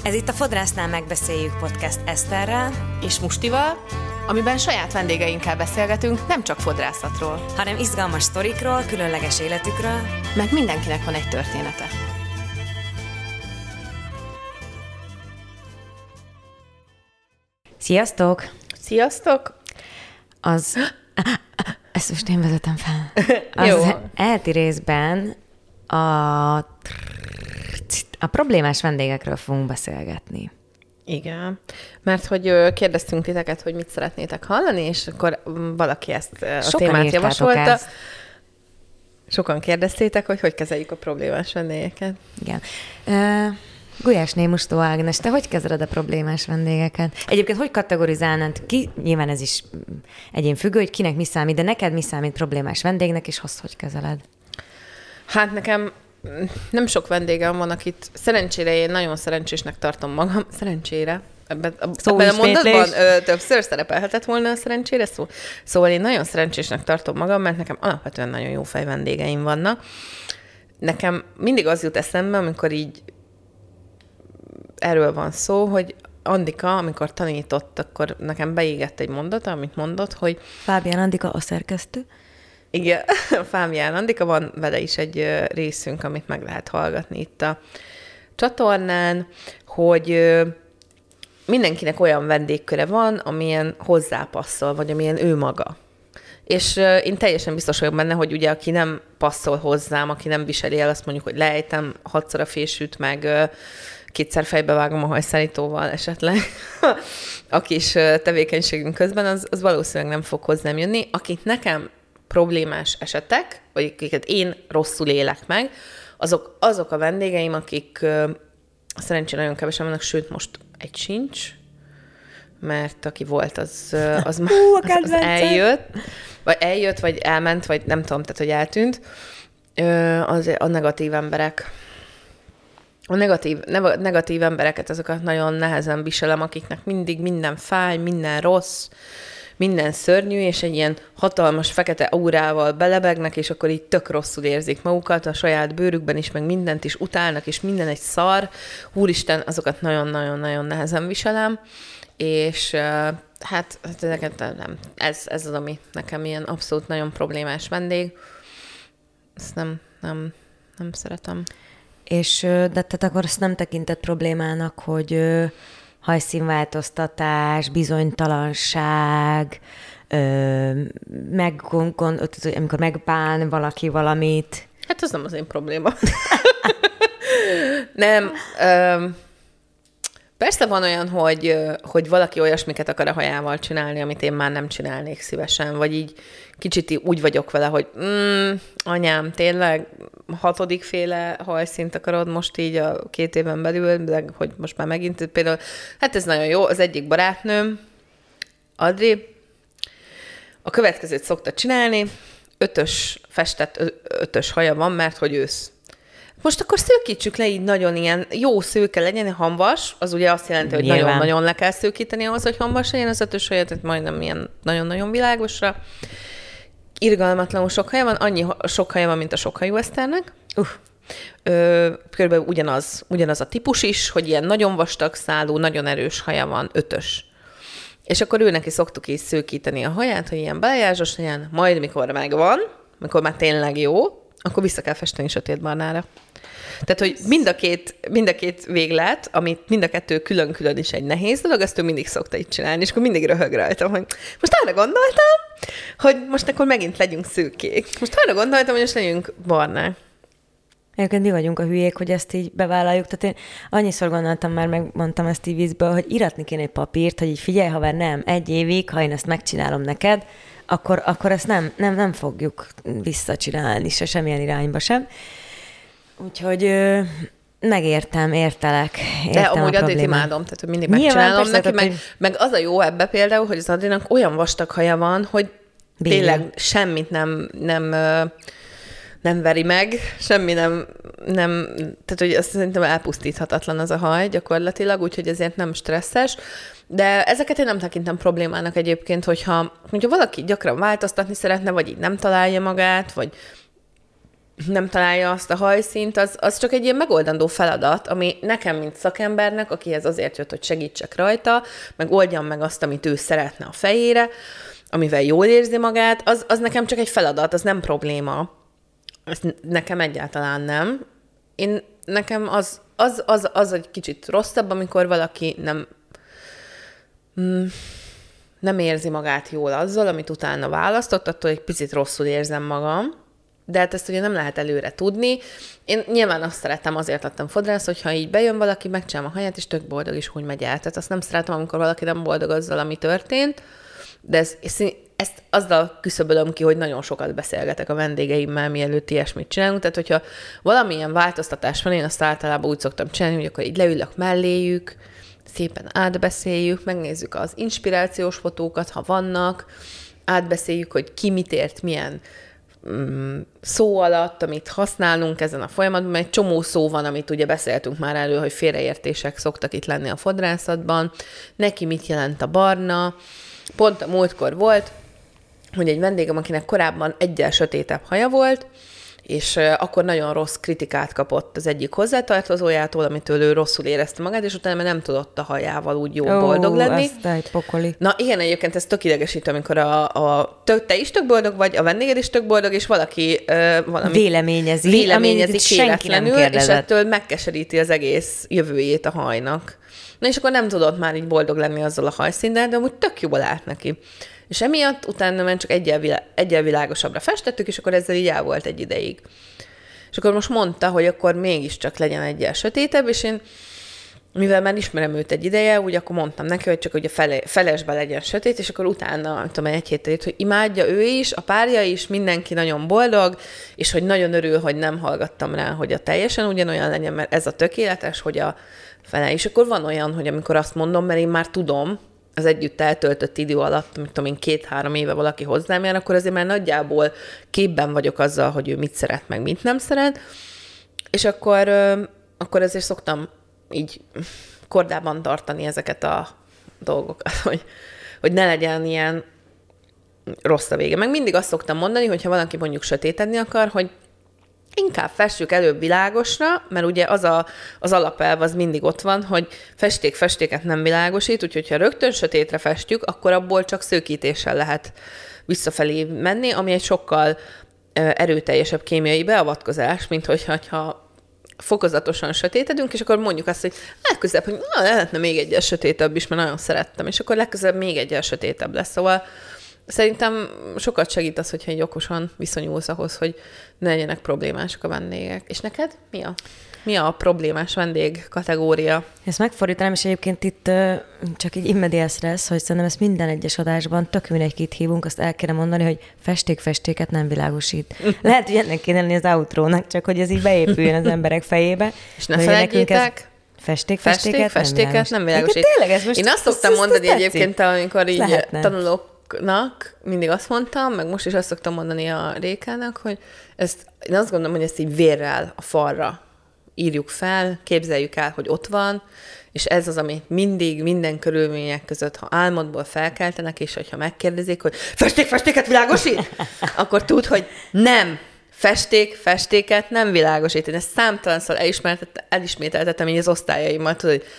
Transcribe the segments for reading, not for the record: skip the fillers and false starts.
Ez itt a Fodrásznál megbeszéljük podcast Eszterrel és Mustival, amiben saját vendégeinkkel beszélgetünk nem csak fodrászatról, hanem izgalmas sztorikról, különleges életükről, meg mindenkinek van egy története. Sziasztok! Sziasztok! Ezt most én vezetem fel. Az elti részben a problémás vendégekről fogunk beszélgetni. Igen, mert hogy kérdeztünk titeket, hogy mit szeretnétek hallani, és akkor valaki ezt a témát javasolta. Ezt. Sokan kérdeztétek, hogy kezeljük a problémás vendégeket. Igen. Gulyásné Mustó Ágnes, te hogy kezeled a problémás vendégeket? Egyébként hogy kategorizálnád ki? Nyilván ez is egyénfüggő, hogy kinek mi számít, de neked mi számít problémás vendégnek, és azt hogy kezeled? Hát nekem nem sok vendégem van, akit szerencsére én nagyon szerencsésnek tartom magam. Szerencsére. Ebben a mondatban többször szerepelhetett volna a szerencsére szó. Szóval én nagyon szerencsésnek tartom magam, mert nekem alapvetően nagyon jó fej vendégeim vannak. Nekem mindig az jut eszembe, amikor így erről van szó, hogy Andika, amikor tanított, akkor nekem beégett egy mondata, amit mondott, hogy... Fábián Andika a szerkesztő. Igen, Fábián Andika, van vele is egy részünk, amit meg lehet hallgatni itt a csatornán, hogy mindenkinek olyan vendégköre van, amilyen hozzápasszol, vagy amilyen ő maga. És én teljesen biztos vagyok benne, hogy ugye aki nem passzol hozzám, aki nem viseli el, azt mondjuk, hogy lejtem 6-szor a fésűt, meg 2-szer fejbevágom a hajszárítóval esetleg a kis tevékenységünk közben, az valószínűleg nem fog hozzám jönni. Akik nekem problémás esetek, vagy akiket én rosszul élek meg, azok a vendégeim, akik szerencsére nagyon kevesen vannak, sőt most egy sincs, mert aki volt, az eljött, vagy elment, vagy nem tudom, tehát hogy eltűnt, a negatív emberek. A negatív embereket, azokat nagyon nehezen viselem, akiknek mindig minden fáj, minden rossz, minden szörnyű, és egy ilyen hatalmas fekete aurával belebegnek, és akkor így tök rosszul érzik magukat, a saját bőrükben is, meg mindent is utálnak, és minden egy szar. Úristen, azokat nagyon-nagyon-nagyon nehezen viselem, és hát nem. Ez az, ami nekem ilyen abszolút nagyon problémás vendég. Ezt nem szeretem. És de tehát akkor azt nem tekintett problémának, hogy hajszínváltoztatás, bizonytalanság, amikor megbán valaki valamit. Hát az nem az én probléma. Nem. Persze van olyan, hogy valaki olyasmiket akar a hajával csinálni, amit én már nem csinálnék szívesen, vagy így kicsit úgy vagyok vele, hogy anyám, tényleg 6. féle hajszínt akarod most így a 2 éven belül, de hogy most már megint például, hát ez nagyon jó, az egyik barátnőm, Adri, a következőt szokta csinálni, 5-ös festett 5-ös haja van, mert hogy ősz. Most akkor szőkítsük le így nagyon ilyen jó szőke legyen, hamvas, az ugye azt jelenti, hogy nagyon-nagyon le kell szőkíteni ahhoz, hogy hamvas legyen az 5-ös haja, tehát majdnem ilyen nagyon-nagyon világosra. Irgalmatlanul sok haja van, annyi sok haja van, mint a sokhajú Eszternek. Körülbelül ugyanaz a típus is, hogy ilyen nagyon vastag szálú, nagyon erős haja van, 5-ös. És akkor ő neki szoktuk így szőkíteni a haját, hogy ilyen belejázsos legyen, majd mikor megvan, mikor már tényleg jó, akkor vissza kell festeni sötétbarnára. Tehát, hogy mind a két véglet, amit mind a kettő külön-külön is egy nehéz dolog, azt ő mindig szokta így csinálni, és akkor mindig röhög rajtam, hogy most arra gondoltam, hogy most akkor megint legyünk szőkék. Most arra gondoltam, hogy most legyünk barnák. Egyébként mi vagyunk a hülyék, hogy ezt így bevállaljuk. Tehát én annyiszor gondoltam már, megmondtam ezt így vízből, hogy iratni kéne egy papírt, hogy így figyelj, haver, nem, 1 évig, ha én ezt megcsinálom neked, akkor ezt nem fogjuk visszacsinálni se semmilyen irányba sem. Úgyhogy értelek. De amúgy Adrit imádom, tehát hogy mindig megcsinálom neki, meg az a jó ebbe például, hogy az Adrinak olyan vastag haja van, hogy tényleg semmit nem veri meg, semmi nem, tehát hogy azt szerintem elpusztíthatatlan az a haj gyakorlatilag, úgyhogy ezért nem stresszes. De ezeket én nem tekintem problémának egyébként, hogyha valaki gyakran változtatni szeretne, vagy így nem találja magát, vagy nem találja azt a hajszínt, az csak egy ilyen megoldandó feladat, ami nekem, mint szakembernek, akihez azért jött, hogy segítsek rajta, meg oldjam meg azt, amit ő szeretne a fejére, amivel jól érzi magát, az nekem csak egy feladat, az nem probléma. Ez nekem egyáltalán nem. Nekem az egy kicsit rosszabb, amikor valaki nem érzi magát jól azzal, amit utána választott, attól egy picit rosszul érzem magam. De hát ezt ugye nem lehet előre tudni. Én nyilván azt szeretem, azért lettem fodrász, hogyha így bejön valaki, megcsinálom a haját, és tök boldog is úgy megy el. Tehát azt nem szeretem, amikor valaki nem boldog azzal, ami történt, de ezt azzal küszöbölöm ki, hogy nagyon sokat beszélgetek a vendégeimmel, mielőtt ilyesmit csinálunk. Tehát, hogyha valamilyen változtatás van, én azt általában úgy szoktam csinálni, hogy akkor így leülök melléjük, szépen átbeszéljük, megnézzük az inspirációs fotókat, ha vannak, átbeszéljük, hogy ki mit ért, milyen szó alatt, amit használunk ezen a folyamatban, mert egy csomó szó van, amit ugye beszéltünk már elő, hogy félreértések szoktak itt lenni a fodrászatban. Neki mit jelent a barna? Pont a múltkor volt, hogy egy vendégem, akinek korábban egyel sötétebb haja volt, és akkor nagyon rossz kritikát kapott az egyik hozzátartozójától, amitől ő rosszul érezte magát, és utána nem tudott a hajával úgy jól boldog lenni. Ez pokoli. Na igen, egyébként ez tök idegesítő, amikor te is tök boldog vagy, a vendéged is tök boldog, és valaki valami véleményezi kéretlenül, és ettől megkeseríti az egész jövőjét a hajnak. Na és akkor nem tudott már így boldog lenni azzal a hajszínnel, de amúgy tök jól állt neki. És emiatt utána már csak egyel világosabbra festettük, és akkor ezzel így el volt egy ideig. És akkor most mondta, hogy akkor mégiscsak legyen egyel sötétebb, és én, mivel már ismerem őt egy ideje, úgy akkor mondtam neki, hogy csak hogy a felesbe legyen sötét, és akkor utána, nem tudom, egy héttel hogy imádja ő is, a párja is, mindenki nagyon boldog, és hogy nagyon örül, hogy nem hallgattam rá, hogy a teljesen ugyanolyan legyen, mert ez a tökéletes, hogy a fele. És akkor van olyan, hogy amikor azt mondom, mert én már tudom, az együtt eltöltött idő alatt, mit tudom én, 2-3 éve valaki hozzám jár, akkor azért már nagyjából képben vagyok azzal, hogy ő mit szeret, meg mit nem szeret, és akkor azért szoktam így kordában tartani ezeket a dolgokat, hogy ne legyen ilyen rossz a vége. Meg mindig azt szoktam mondani, hogyha valaki mondjuk sötétedni akar, hogy inkább festjük előbb világosra, mert ugye az alapelv az mindig ott van, hogy festéket nem világosít, úgyhogy ha rögtön sötétre festjük, akkor abból csak szőkítéssel lehet visszafelé menni, ami egy sokkal erőteljesebb kémiai beavatkozás, mint hogyha fokozatosan sötétedünk, és akkor mondjuk azt, hogy legközelebb, hogy lehetne még egyel sötétebb is, mert nagyon szerettem, és akkor legközelebb még egyel sötétebb lesz. Szóval szerintem sokat segít az, hogyha egy okosan viszonyulsz ahhoz, hogy ne legyenek problémások a vendégek. És neked mi a problémás vendég kategória? Ezt megfordítanám, és egyébként itt csak így immediás lesz, hogy szerintem ezt minden egyes adásban tök mindenkit hívunk, azt el kéne mondani, hogy festéket nem világosít. Lehet, hogy ennek kéne lenni az outrónak, csak hogy ez így beépüljön az emberek fejébe. És ne felejtjétek, festéket nem világosít. Tényleg, ez most én azt szoktam mondani egyébként, amikor így tanulok, mindig azt mondtam, meg most is azt szoktam mondani a Rékának, hogy én azt gondolom, hogy ezt így vérrel a falra írjuk fel, képzeljük el, hogy ott van, és ez az, ami mindig, minden körülmények között, ha álmodból felkeltenek, és hogyha megkérdezik, hogy festéket világosít? Akkor tud, hogy nem, festéket nem világosít. Én ezt számtalanszor elismételtettem így az osztályaimmal, tudod, hogy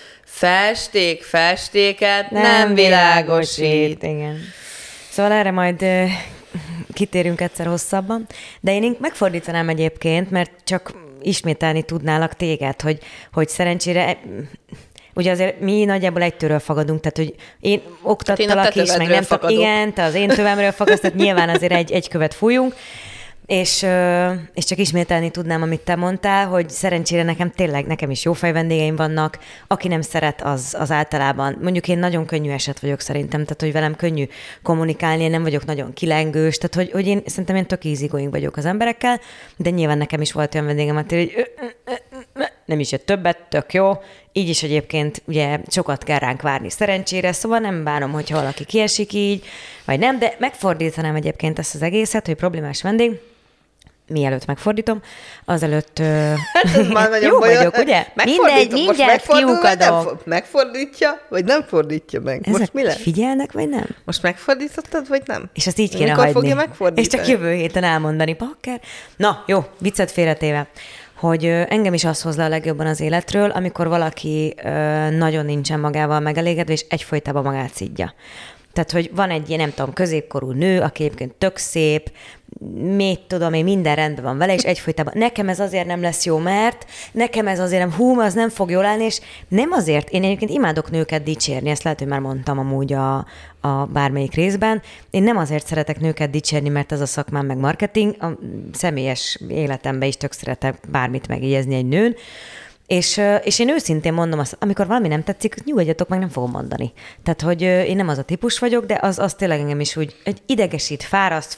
festéket nem világosít. Igen. Szóval erre majd kitérünk egyszer hosszabban, de én megfordítanám egyébként, mert csak ismételni tudnálak téged, hogy szerencsére, ugye azért mi nagyjából egy tőről fagadunk, tehát hogy én oktattalak is, meg nem tudom, igen, te az én tövemről fakadsz, tehát nyilván azért egy követ fújunk, és csak ismételni tudnám, amit te mondtál, hogy szerencsére nekem is jó fejvendégeim vannak, aki nem szeret, az általában, mondjuk én nagyon könnyű eset vagyok szerintem, tehát hogy velem könnyű kommunikálni, én nem vagyok nagyon kilengős, tehát hogy én szerintem én tök easygoing vagyok az emberekkel, de nyilván nekem is volt olyan vendégem, hogy nem is jött többet, tök jó, így is egyébként ugye sokat kell ránk várni szerencsére, szóval nem bánom, hogyha valaki kiesik így, vagy nem, de megfordítanám egyébként ezt az egészet, hogy problémás vendég, mielőtt megfordítom, azelőtt... Ez már nagyon jó bajos. vagyok, ugye? Mindegy, mindjárt kiukadom. Megfordítja, vagy nem fordítja meg? Ezek Most mi lesz? figyelnek, vagy nem? Most megfordítottad, vagy nem? És azt így kéne Mikor hagyni. fogja megfordítani? És csak jövő héten elmondani, pakker. Na, jó, viccet félretéve, hogy engem is az hoz le a legjobban az életről, amikor valaki nagyon nincsen magával megelégedve, és egyfolytában magát szidja. Tehát, hogy van egy ilyen, nem tudom, középkorú nő, aki egyébként tök szép, mit tudom én, minden rendben van vele, és egyfolytában nekem ez azért nem lesz jó, mert nekem ez azért nem, az nem fog jól állni, és nem azért, én egyébként imádok nőket dicsérni, ezt lehet, hogy már mondtam amúgy a bármelyik részben, én nem azért szeretek nőket dicsérni, mert ez a szakmám meg marketing, a személyes életemben is tök szeretek bármit megjegyezni egy nőn, és én őszintén mondom azt, amikor valami nem tetszik, nyugodjatok meg, nem fogom mondani. Tehát, hogy én nem az a típus vagyok, de az tényleg engem is úgy idegesít, fáraszt,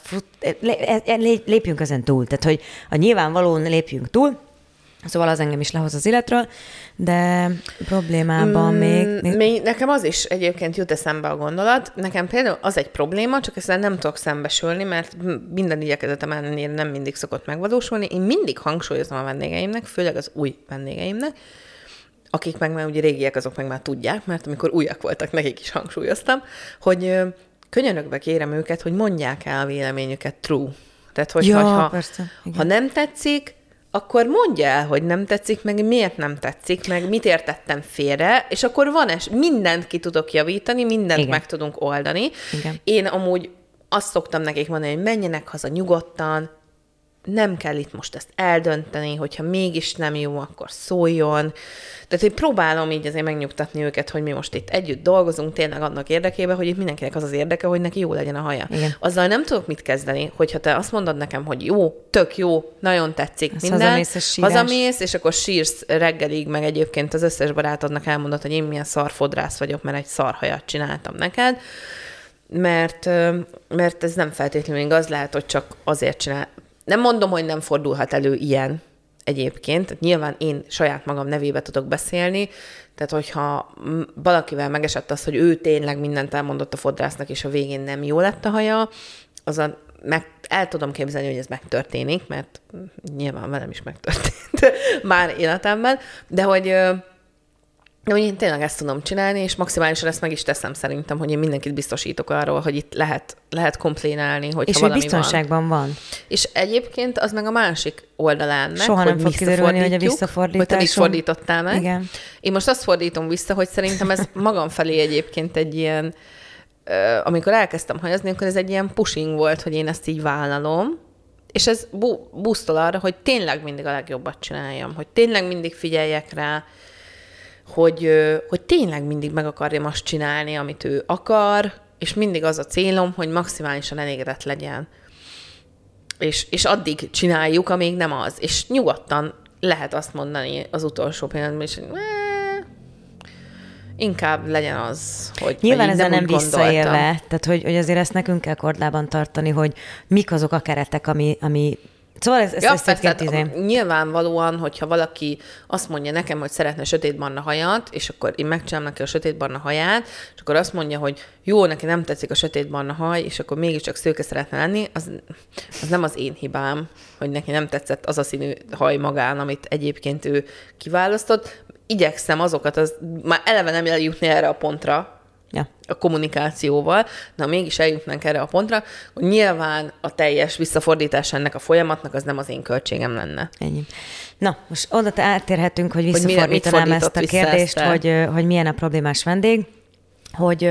lépjünk ezen túl. Tehát, hogy a nyilvánvalóan lépjünk túl, szóval az engem is lehoz az életről, de problémában még... Nekem az is egyébként jut eszembe a gondolat. Nekem például az egy probléma, csak ezzel nem tudok szembesülni, mert minden igyekezetem ellenére nem mindig szokott megvalósulni. Én mindig hangsúlyozom a vendégeimnek, főleg az új vendégeimnek, akik meg már ugye régiek, azok meg már tudják, mert amikor újak voltak, nekik is hangsúlyoztam, hogy könyörögve kérem őket, hogy mondják el a véleményüket true. Tehát, hogy ha nem tetszik, akkor mondja el, hogy nem tetszik, meg miért nem tetszik, meg mit értettem félre, és akkor mindent ki tudok javítani, mindent igen. meg tudunk oldani. Igen. Én amúgy azt szoktam nekik mondani, hogy menjenek haza nyugodtan, nem kell itt most ezt eldönteni, hogyha mégis nem jó, akkor szóljon. Tehát, hogy próbálom így azért megnyugtatni őket, hogy mi most itt együtt dolgozunk, tényleg annak érdekében, hogy itt mindenkinek az az érdeke, hogy neki jó legyen a haja. Igen. Azzal nem tudok mit kezdeni, hogyha te azt mondod nekem, hogy jó, tök jó, nagyon tetszik ez minden, hazamész, és akkor sírsz reggelig, meg egyébként az összes barátodnak elmondod, hogy én milyen szarfodrász vagyok, mert egy szarhajat csináltam neked, mert ez nem feltétlenül igaz, lehet, hogy csak azért csinál. Nem mondom, hogy nem fordulhat elő ilyen egyébként. Nyilván én saját magam nevébe tudok beszélni, tehát hogyha valakivel megesett az, hogy ő tényleg mindent elmondott a fodrásznak, és a végén nem jó lett a haja, el tudom képzelni, hogy ez megtörténik, mert nyilván velem is megtörtént már életemben, de hogy én tényleg ezt tudom csinálni, és maximálisan ezt meg is teszem szerintem, hogy én mindenkit biztosítok arról, hogy itt lehet komplénálni, hogyha valami biztonságban van. És egyébként az meg a másik oldalán meg, soha nem fog kiderülni, hogy a visszafordításom. Hogy te mit fordítottál meg. Igen. Én most azt fordítom vissza, hogy szerintem ez magam felé egyébként egy ilyen, amikor elkezdtem hajazni, akkor ez egy ilyen pushing volt, hogy én ezt így vállalom, és ez busztol arra, hogy tényleg mindig a legjobbat csináljam, hogy tényleg mindig figyeljek rá, hogy tényleg mindig meg akarjam azt csinálni, amit ő akar, és mindig az a célom, hogy maximálisan elégedett legyen. És addig csináljuk, amíg nem az. És nyugodtan lehet azt mondani az utolsó pillanatban is, hogy inkább legyen az, hogy nyilván ezzel nem visszaélve, tehát hogy azért ezt nekünk kell kordában tartani, hogy mik azok a keretek, ami szóval ez persze, nyilvánvalóan, hogyha valaki azt mondja nekem, hogy szeretne sötétbarna hajat, és akkor én megcsinálom neki a sötétbarna haját, és akkor azt mondja, hogy jó, neki nem tetszik a sötétbarna haj, és akkor mégiscsak szőke szeretne lenni, az nem az én hibám, hogy neki nem tetszett az a színű haj magán, amit egyébként ő kiválasztott. Igyekszem azokat, már eleve nem eljutni erre a pontra, ja. A kommunikációval, de mégis eljutnánk erre a pontra, hogy nyilván a teljes visszafordítás ennek a folyamatnak az nem az én költségem lenne. Ennyi. Na, most oda átérhetünk, hogy visszafordítanám ezt a kérdést, hogy milyen a problémás vendég, hogy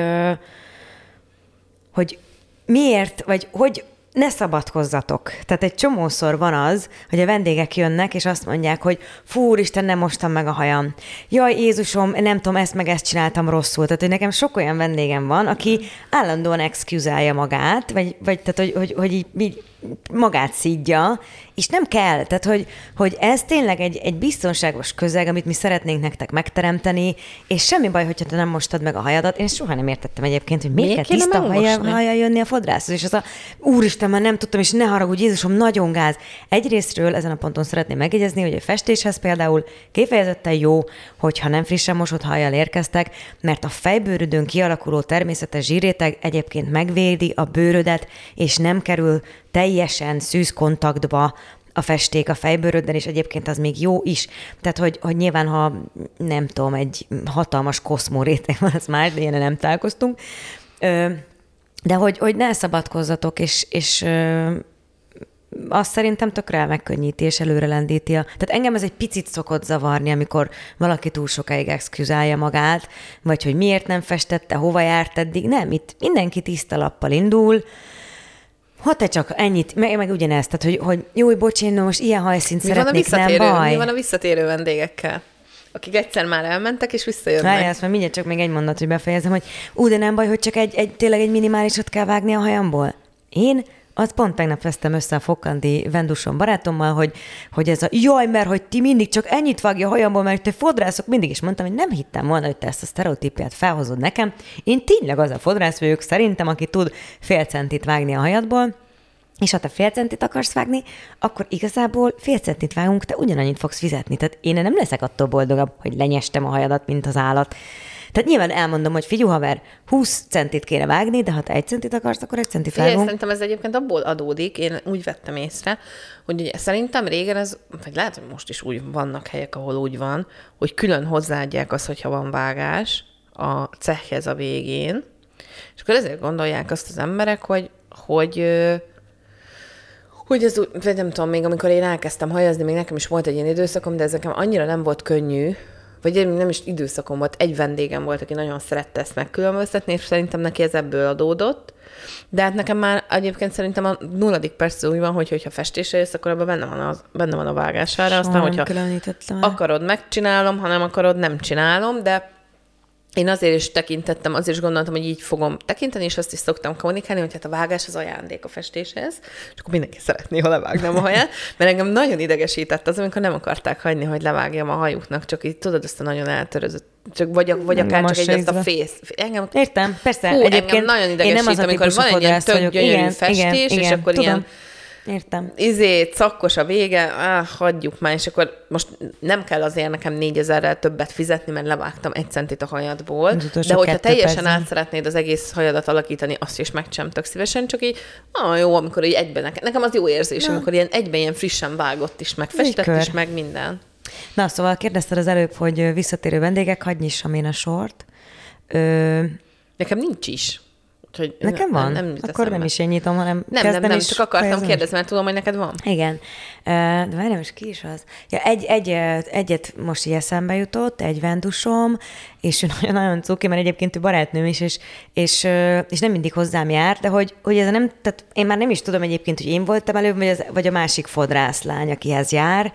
miért, vagy hogy ne szabadkozzatok. Tehát egy csomószor van az, hogy a vendégek jönnek, és azt mondják, hogy fú, úristen, nem mostam meg a hajam. Jaj, Jézusom, nem tudom, ezt meg ezt csináltam rosszul. Tehát, hogy nekem sok olyan vendégem van, aki állandóan excuse-álja magát, vagy tehát, hogy így magát szídja, és nem kell. Tehát, hogy ez tényleg egy biztonságos közeg, amit mi szeretnénk nektek megteremteni, és semmi baj, hogyha te nem mostad meg a hajadat. Én soha nem értettem egyébként, hogy miért kell tiszta haja jönni a fodrászhoz. És az úristen, már nem tudtam, és ne haragudj, Jézusom, nagyon gáz. Egyrésztről ezen a ponton szeretném megjegyezni, hogy a festéshez például kifejezetten jó, hogyha nem frissen mosott hajjal érkeztek, mert a fejbőrödön kialakuló természetes zsírréteg egyébként megvédi a bőrödet, és nem kerül teljesen szűz kontaktba a festék a fejbőröddön, és egyébként az még jó is. Tehát, hogy nyilván, ha nem tudom, egy hatalmas koszmó réteg van, az más, de ilyen nem találkoztunk. De hogy ne szabadkozzatok, és azt szerintem tökre megkönnyíti és előre lendíti. Tehát engem ez egy picit szokott zavarni, amikor valaki túl sokáig exküzálja magát, vagy hogy miért nem festette, hova járt eddig. Nem, itt mindenki tiszta lappal indul. Ha te csak ennyit, meg ugyanezt, tehát hogy jó, bocs, én most ilyen hajszínt szeretnék, nem baj. Mi van a visszatérő vendégekkel? Akik egyszer már elmentek, és visszajönnek. Várjál, azt már mindjárt csak még egy mondat, hogy befejezem, hogy de nem baj, hogy csak tényleg egy minimálisat kell vágni a hajamból. Én azt pont tegnap vesztem össze a Fokkandi vendusom barátommal, hogy ez a jaj, mert hogy ti mindig csak ennyit vágja a hajamból, mert te fodrászok mindig is mondtam, hogy nem hittem volna, hogy te ezt a sztereotípiát felhozod nekem. Én tényleg az a fodrász vagyok szerintem, aki tud fél centit vágni a hajadból, és ha te fél centit akarsz vágni, akkor igazából fél centit vágunk, te ugyanannyit fogsz fizetni. Tehát én nem leszek attól boldogabb, hogy lenyestem a hajadat, mint az állat. Tehát nyilván elmondom, hogy figyelj, haver, 20 centit kéne vágni, de ha te 1 centit akarsz, akkor 1 centit vágunk. Szerintem ez egyébként abból adódik, én úgy vettem észre, hogy ugye szerintem régen ez, vagy lehet, hogy most is úgy vannak helyek, ahol úgy van, hogy külön hozzáadják azt, hogyha van vágás a cehhez a végén, és akkor ezért gondolják azt az emberek, hogy ez úgy, vagy nem tudom, még amikor én elkezdtem hajazni, még nekem is volt egy ilyen időszakom, de ez nekem annyira nem volt könnyű, vagy nem is időszakom volt, egy vendégem volt, aki nagyon szerette ezt megkülönböztetni, és szerintem neki ez ebből adódott. De hát nekem már egyébként szerintem a 0. perc úgy van, hogyha festésre jössz, akkor abban benne van a vágására. Aztán, hogyha akarod, megcsinálom, ha nem akarod, nem csinálom, de én azért is tekintettem, azért is gondoltam, hogy így fogom tekinteni, és azt is szoktam kommunikálni, hogy hát a vágás az ajándék a festéshez, és akkor mindenki szeretné, ha levágnám a haját, mert engem nagyon idegesített az, amikor nem akarták hagyni, hogy levágjam a hajuknak, csak így tudod, azt a nagyon eltörözött, vagy akár csak egy azt a fész. Értem, persze. Egyébként engem nagyon idegesít, amikor van egy ilyen tök gyönyörű festés, és akkor tudom. Ilyen értem. Cakkos a vége, hagyjuk már, és akkor most nem kell azért nekem 4000-rel többet fizetni, mert levágtam 1 centit a hajadból, de hogyha teljesen át szeretnéd az egész hajadat alakítani, azt is megcsinálom tök szívesen, csak így, jó, amikor így egyben, nekem az jó érzés, amikor egyben ilyen frissen vágott is, meg festett is, meg minden. Na, szóval kérdezted az előbb, hogy visszatérő vendégek, hadd nyissam én a sort. Nekem nincs is. Úgyhogy nekem van? Akkor nem is én nyitom, hanem nem, csak akartam kérdezni, mert tudom, hogy neked van. Igen. De várjam, és ki is az? Ja, egyet most így eszembe jutott, egy vendusom, és ő nagyon cuki, mert egyébként ő barátnőm is, és nem mindig hozzám jár, de hogy ez nem, tehát én már nem is tudom egyébként, hogy én voltam előbb, vagy a másik fodrászlány, akihez jár,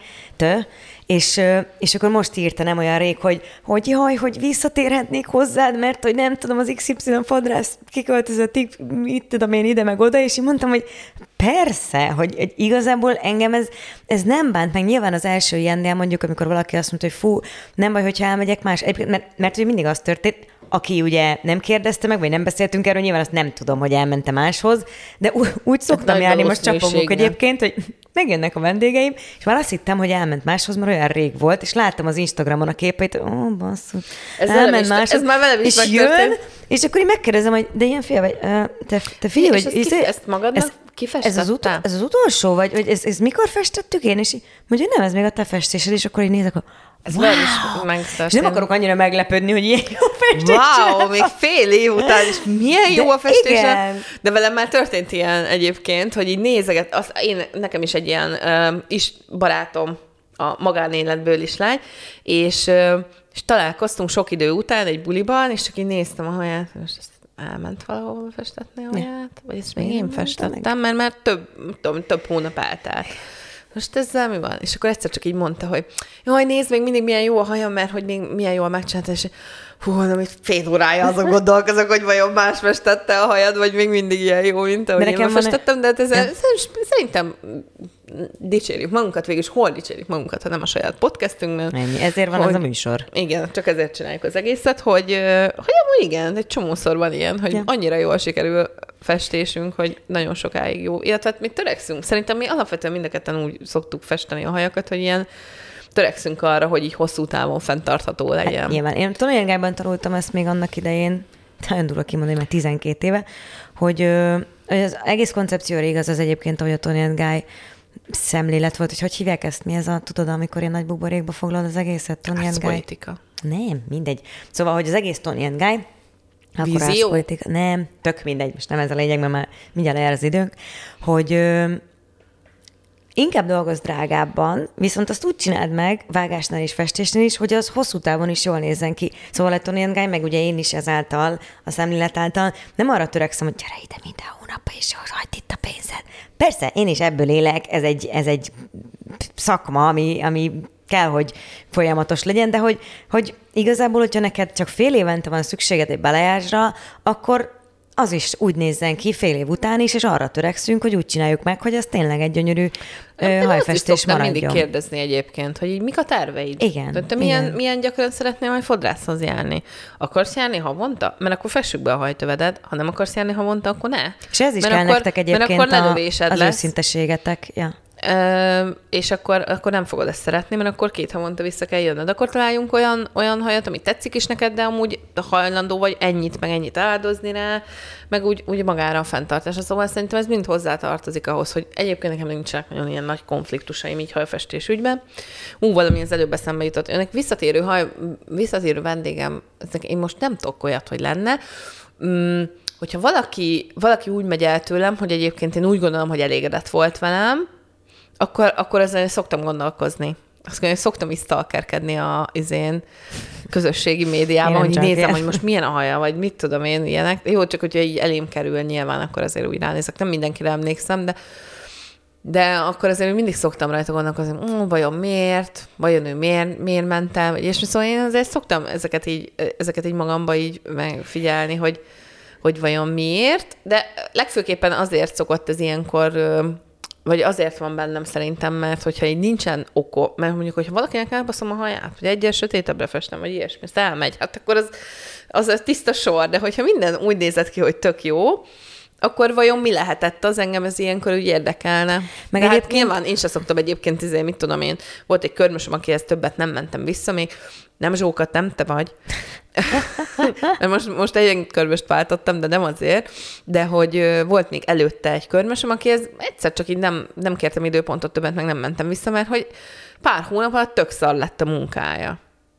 és akkor most írta nem olyan rég, hogy jaj, hogy visszatérhetnék hozzád, mert hogy nem tudom, az XY fodrász kiköltözött, itt tudom én ide meg oda, és én mondtam, hogy persze, hogy igazából engem ez nem bánt meg. Nyilván az első ilyennél mondjuk, amikor valaki azt mondta, hogy fú, nem baj, hogyha elmegyek más, mert hogy mindig az történt, aki ugye nem kérdezte meg, vagy nem beszéltünk erről, nyilván azt nem tudom, hogy elmentem máshoz, de úgy szoktam járni, most csapogok egyébként, hogy megjönnek a vendégeim, és már azt hittem, hogy elment máshoz, mert olyan rég volt, és láttam az Instagramon a képeit, basszus, elment máshoz, ez már velem is és jön, és akkor én megkérdezem, hogy de ilyen fél vagy, te figyelj, hogy... ezt magadnak kifestettem? Ez az utolsó, vagy ez mikor festettük én? És mondja, nem, ez még a te festésed, és akkor így nézek, ez wow. És nem akarok annyira meglepődni, hogy ilyen jó festés. Wow, még fél év után is milyen jó a festés. De velem már történt ilyen egyébként, hogy így nézeget, nekem is egy ilyen barátom a magánéletből is lány, és találkoztunk sok idő után egy buliban, és csak így néztem a haját, és ezt elment valahol festetni a haját, vagy ezt még én festettem, mert már több hónap eltelt. Most ezzel mi van? És akkor egyszer csak így mondta, hogy jaj, nézd, még mindig milyen jó a hajam, mert hogy még milyen jól megcsinálta, és nem, itt fél órája azon gondolkozok, hogy vajon más festette a hajad, vagy még mindig ilyen jó, mint ahogy én festettem, de hát szerintem dicsérjük magunkat, végülis hol dicsérjük magunkat, ha nem a saját podcastünkben. Ennyi, ezért van ez a műsor. Igen, csak ezért csináljuk az egészet, hogy amúgy igen, egy csomószor van ilyen, hogy annyira jól sikerül festésünk, hogy nagyon sokáig jó. Illetve mi törekszünk. Szerintem mi alapvetően mind a ketten úgy szoktuk festeni a hajakat, hogy ilyen törekszünk arra, hogy így hosszú távon fenntartható legyen. Hát, nyilván. Én Tony Gályban tanultam ezt még annak idején, nagyon durva kimondani, mert 12 éve, hogy az egész koncepcióra igaz az egyébként, ahogy a Tony Gály szemlélet volt, hogy hívják ezt, mi ez a, tudod, amikor ilyen nagy buborékba foglalod az egészet, Tony and Guy? Politika. Nem, mindegy. Szóval, hogy az egész Tony and Guy, akkor Vízió? politika, nem, tök mindegy, most nem ez a lényeg, mert már mindjárt lejár az időnk, hogy inkább dolgozz drágábban, viszont azt úgy csináld meg, vágásnál és festésnél is, hogy az hosszú távon is jól nézzen ki. Szóval a Tony and Guy, meg ugye én is ezáltal, a szemlélet által nem arra törekszem, hogy gyere ide minden hónapban, és hagyd itt a pénzed. Persze, én is ebből élek, ez egy szakma, ami kell, hogy folyamatos legyen, de hogy igazából, hogyha neked csak fél évente van szükséged egy belejárásra, akkor az is úgy nézzen ki fél év után is, és arra törekszünk, hogy úgy csináljuk meg, hogy az tényleg egy gyönyörű hajfestés maradjon. Mindig kérdezni egyébként, hogy így mik a terveid? Igen. Tehát te milyen gyakran szeretnél majd fodrászhoz járni? Akarsz járni havonta? Mert akkor fessük be a hajtövedet. Ha nem akarsz járni havonta, akkor ne. És ez is mert kell akkor, nektek egyébként az lesz. őszinteségetek. Ja. És akkor nem fogod ezt szeretni, mert akkor 2 havonta vissza kell jönnöd. Akkor találjunk olyan hajat, ami tetszik is neked, de amúgy hajlandó vagy ennyit áldozni rá, meg úgy magára a fenntartásra. Szóval szerintem ez mind hozzátartozik ahhoz, hogy egyébként nekem nincsenek nagyon ilyen nagy konfliktusaim így hajfestés ügyben. Valami az előbb eszembe jutott. Önnek visszatérő vendégem, én most nem tudok olyat, hogy lenne, hogyha valaki úgy megy el tőlem, hogy egyébként én úgy gondolom, hogy elégedett volt velem, akkor ezzel szoktam gondolkozni. Azt mondja, hogy szoktam is stalkerkedni az én közösségi médiában, hogy nézem, hogy most milyen a haja, vagy mit tudom én, ilyenek. Jó, csak hogyha így elém kerül nyilván, akkor azért úgy ránézek. Nem mindenkire emlékszem, de akkor azért mindig szoktam rajta gondolkozni, vajon miért? Vajon ő miért mentem? És szóval én azért szoktam ezeket így magamba így megfigyelni, hogy vajon miért, de legfőképpen azért szokott ez ilyenkor, vagy azért van bennem szerintem, mert hogyha így nincsen mert mondjuk, hogyha valakinek elbaszom a haját, vagy egyes sötétebbre festem, vagy ilyesmi, ezt elmegy, hát akkor az tiszta sor, de hogyha minden úgy nézett ki, hogy tök jó, akkor vajon mi lehetett az, engem ez ilyenkor úgy érdekelne. Meg egyébként... nyilván én sem szoktam egyébként, mit tudom én, volt egy körmösöm, akihez többet nem mentem vissza, még nem Zsókat, nem te vagy. most egy körmöst váltottam, de nem azért, de hogy volt még előtte egy körmösöm, akihez egyszer csak így nem kértem időpontot többet, meg nem mentem vissza, mert hogy pár hónap alatt tök szar lett a munkája.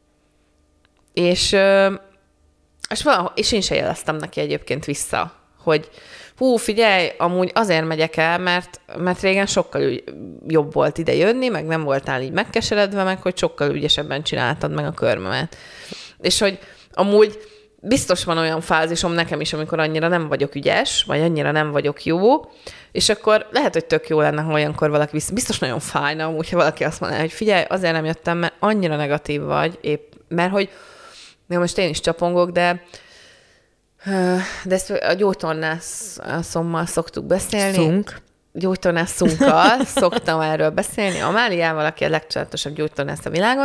És én sem jeleztem neki egyébként vissza, hogy figyelj, amúgy azért megyek el, mert régen sokkal jobb volt ide jönni, meg nem voltál így megkeseredve, meg hogy sokkal ügyesebben csináltad meg a körmömet. És hogy amúgy biztos van olyan fázisom nekem is, amikor annyira nem vagyok ügyes, vagy annyira nem vagyok jó, és akkor lehet, hogy tök jó lenne, ha olyankor valaki biztos nagyon fájna, amúgy, ha valaki azt mondaná, hogy figyelj, azért nem jöttem, mert annyira negatív vagy, épp, mert hogy most én is csapongok, de ezt a gyógytornászommal szoktuk beszélni. Gyógytornászunkkal szoktam erről beszélni. Amáliával, aki a legcsodálatosabb gyógytornász a világon,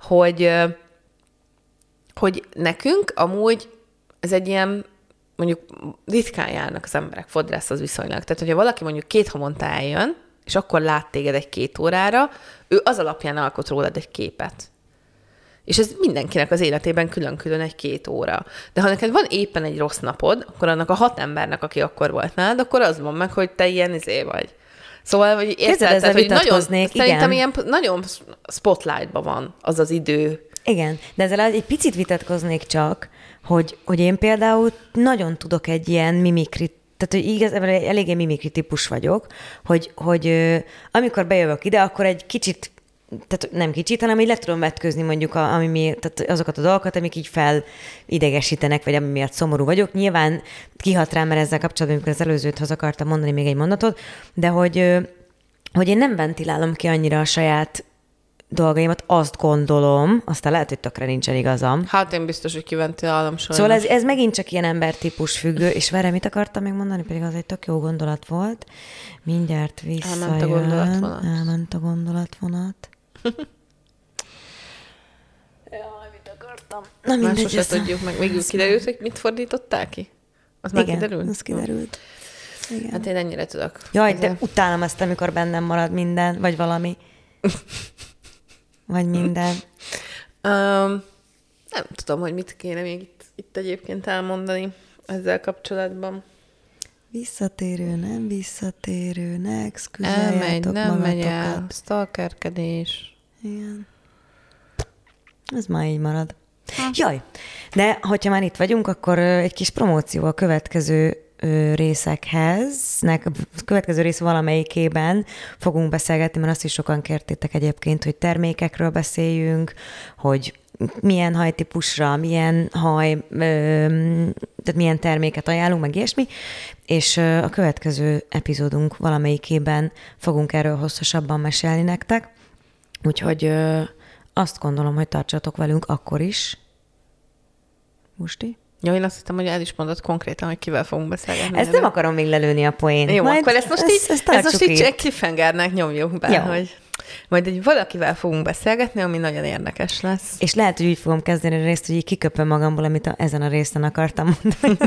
hogy nekünk amúgy ez egy ilyen, mondjuk ritkán járnak az emberek fodrászhoz viszonylag. Tehát, hogyha valaki mondjuk 2 havonta eljön, és akkor lát téged egy 2 órára, ő az alapján alkot rólad egy képet. És ez mindenkinek az életében külön-külön egy 2 óra. De ha neked van éppen egy rossz napod, akkor annak a 6 embernek, aki akkor volt nálad, akkor az van meg, hogy te ilyen vagy. Szóval, hogy érted, tehát, hogy szerintem ilyen nagyon spotlightban van az az idő. Igen, de ezzel egy picit vitatkoznék csak, hogy én például nagyon tudok egy ilyen mimikrit, tehát hogy igazából eléggé mimikri típus vagyok, hogy amikor bejövök ide, akkor egy kicsit, tehát nem kicsit, hanem így le tudom vetközni mondjuk tehát azokat a dolgokat, amik így felidegesítenek, vagy ami miatt szomorú vagyok. Nyilván kihat rám, mert ezzel kapcsolatban, amikor az előzőthoz akartam mondani még egy mondatot, de hogy én nem ventilálom ki annyira a saját dolgaimat, azt gondolom, aztán lehet, hogy tökre nincsen igazam. Hát én biztos, hogy kiventilálom sajnos. Szóval ez megint csak ilyen embertípus függő, és várj, mit akartam még mondani, pedig az egy tök jó gondolat volt. Mindjárt visszajön. Elment a gondolatvonat. Jaj, mit akartam? Na mindegy. Sose tudjuk meg. Végül kiderült, hogy mit fordították ki? Az már kiderült? Igen, az kiderült. Igen. Hát én ennyire tudok. Jaj, de utálom ezt, amikor bennem marad minden, vagy valami. Vagy minden. Nem tudom, hogy mit kéne még itt egyébként elmondani ezzel kapcsolatban. Visszatérő, nem visszatérő, ne Elmegy, exküzáljátok nem megy el, magatokat. stalkerkedés. Igen. Ez már így marad. Jaj, de hogyha már itt vagyunk, akkor egy kis promóció a következő részekhez. Következő rész valamelyikében fogunk beszélgetni, mert azt is sokan kértétek egyébként, hogy termékekről beszéljünk, hogy milyen hajtípusra, milyen tehát milyen terméket ajánlunk, meg ilyesmi, és a következő epizódunk valamelyikében fogunk erről hosszasabban mesélni nektek, úgyhogy azt gondolom, hogy tartsatok velünk akkor is. Musti? Jó, én azt hittem, hogy el is mondod konkrétan, hogy kivel fogunk beszélgetni. Ezt nem akarom még lelőni a poént. Jó, akkor ezt most így egy cliffhangernek nyomjuk be, jó. Hogy majd egy valakivel fogunk beszélgetni, ami nagyon érdekes lesz. És lehet, hogy úgy fogom kezdeni a részt, hogy így kiköpöm magamból, amit ezen a részen akartam mondani.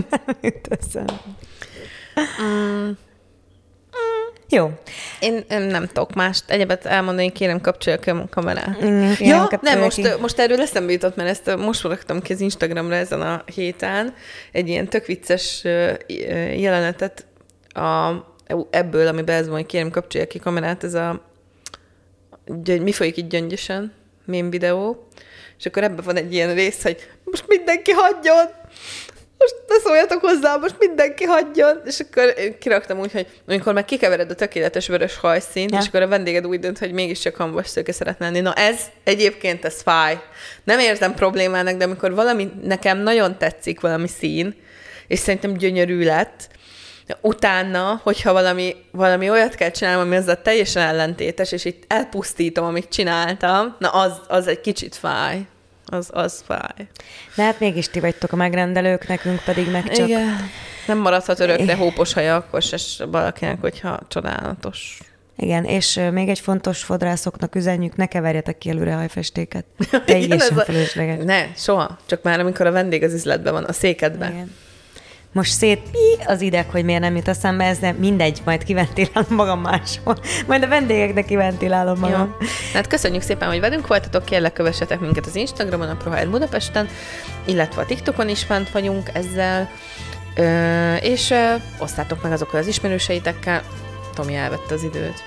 Jó. Én nem tudok mást egyebet elmondani, kérem, kapcsolja a kamerát. Most erről eszembe jutott, mert ezt most raktam ki az Instagramra ezen a héten, egy ilyen tök vicces jelenetet ebből, amiben ez van, hogy kérem, kapcsolja ki kamerát, ez mi folyik itt gyöngyösen, mém videó, és akkor ebben van egy ilyen rész, hogy most mindenki hagyjon! Most ne szóljatok hozzá, most mindenki hagyjon. És akkor kiraktam úgy, hogy amikor meg kikevered a tökéletes vörös hajszínt, és akkor a vendéged úgy dönt, hogy mégiscsak hambas szőke szeretne lenni. Na ez fáj. Nem érzem problémának, de amikor valami nekem nagyon tetszik, valami szín, és szerintem gyönyörű lett, utána, hogyha valami olyat kell csinálnom, ami azzal teljesen ellentétes, és itt elpusztítom, amit csináltam, na az egy kicsit fáj. Az fáj. De hát mégis ti vagytok a megrendelők, nekünk pedig meg csak... Igen. Nem maradhat örökre hópos haja, akkor se valakinek, hogyha csodálatos. Igen, és még egy fontos fodrászoknak üzenjük, ne keverjetek ki előre hajfestéket. Teljesen felesleges. Ne, soha. Csak már amikor a vendég az üzletben van, a székedben. Igen. Most az ideg, hogy miért nem jut eszembe, ez nem mindegy, majd kiventilálom magam máshol. Majd a vendégeknek kiventilálom magam. Ja. Hát köszönjük szépen, hogy velünk voltatok, kérlek kövessetek minket az Instagramon, a ProHair Budapesten, illetve a TikTokon is fent vagyunk ezzel, és osztátok meg azokkal az ismerőseitekkel. Tomi elvette az időt.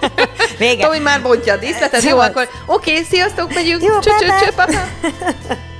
Vége. Tomi már bontja a díszletet. Jó, akkor oké, sziasztok, megyünk. Jó, Cső, papa.